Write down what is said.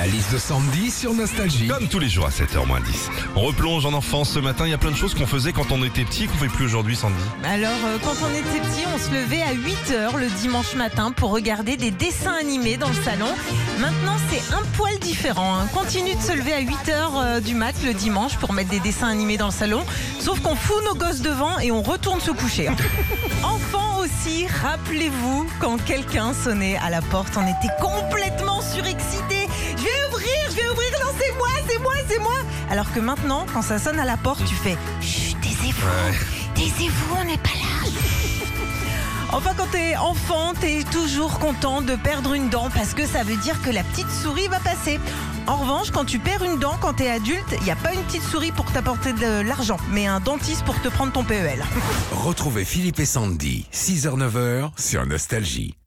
La liste de Sandy sur Nostalgie. Comme tous les jours à 7h moins 10. On replonge en enfance ce matin. Il y a plein de choses qu'on faisait quand on était petit et qu'on fait plus aujourd'hui, Sandy. Alors, quand on était petit, on se levait à 8h le dimanche matin pour regarder des dessins animés dans le salon. Maintenant, c'est un poil différent. On continue de se lever à 8h du mat le dimanche pour mettre des dessins animés dans le salon. Sauf qu'on fout nos gosses devant et on retourne se coucher. Enfant aussi, rappelez-vous, quand quelqu'un sonnait à la porte, on était complètement surexcités. Je vais ouvrir, non, c'est moi. Alors que maintenant, quand ça sonne à la porte, tu fais chut, taisez-vous, on n'est pas là. Enfin, quand t'es enfant, t'es toujours content de perdre une dent parce que ça veut dire que la petite souris va passer. En revanche, quand tu perds une dent, quand t'es adulte, il n'y a pas une petite souris pour t'apporter de l'argent, mais un dentiste pour te prendre ton PEL. Retrouvez Philippe et Sandy, 6h-9h sur Nostalgie.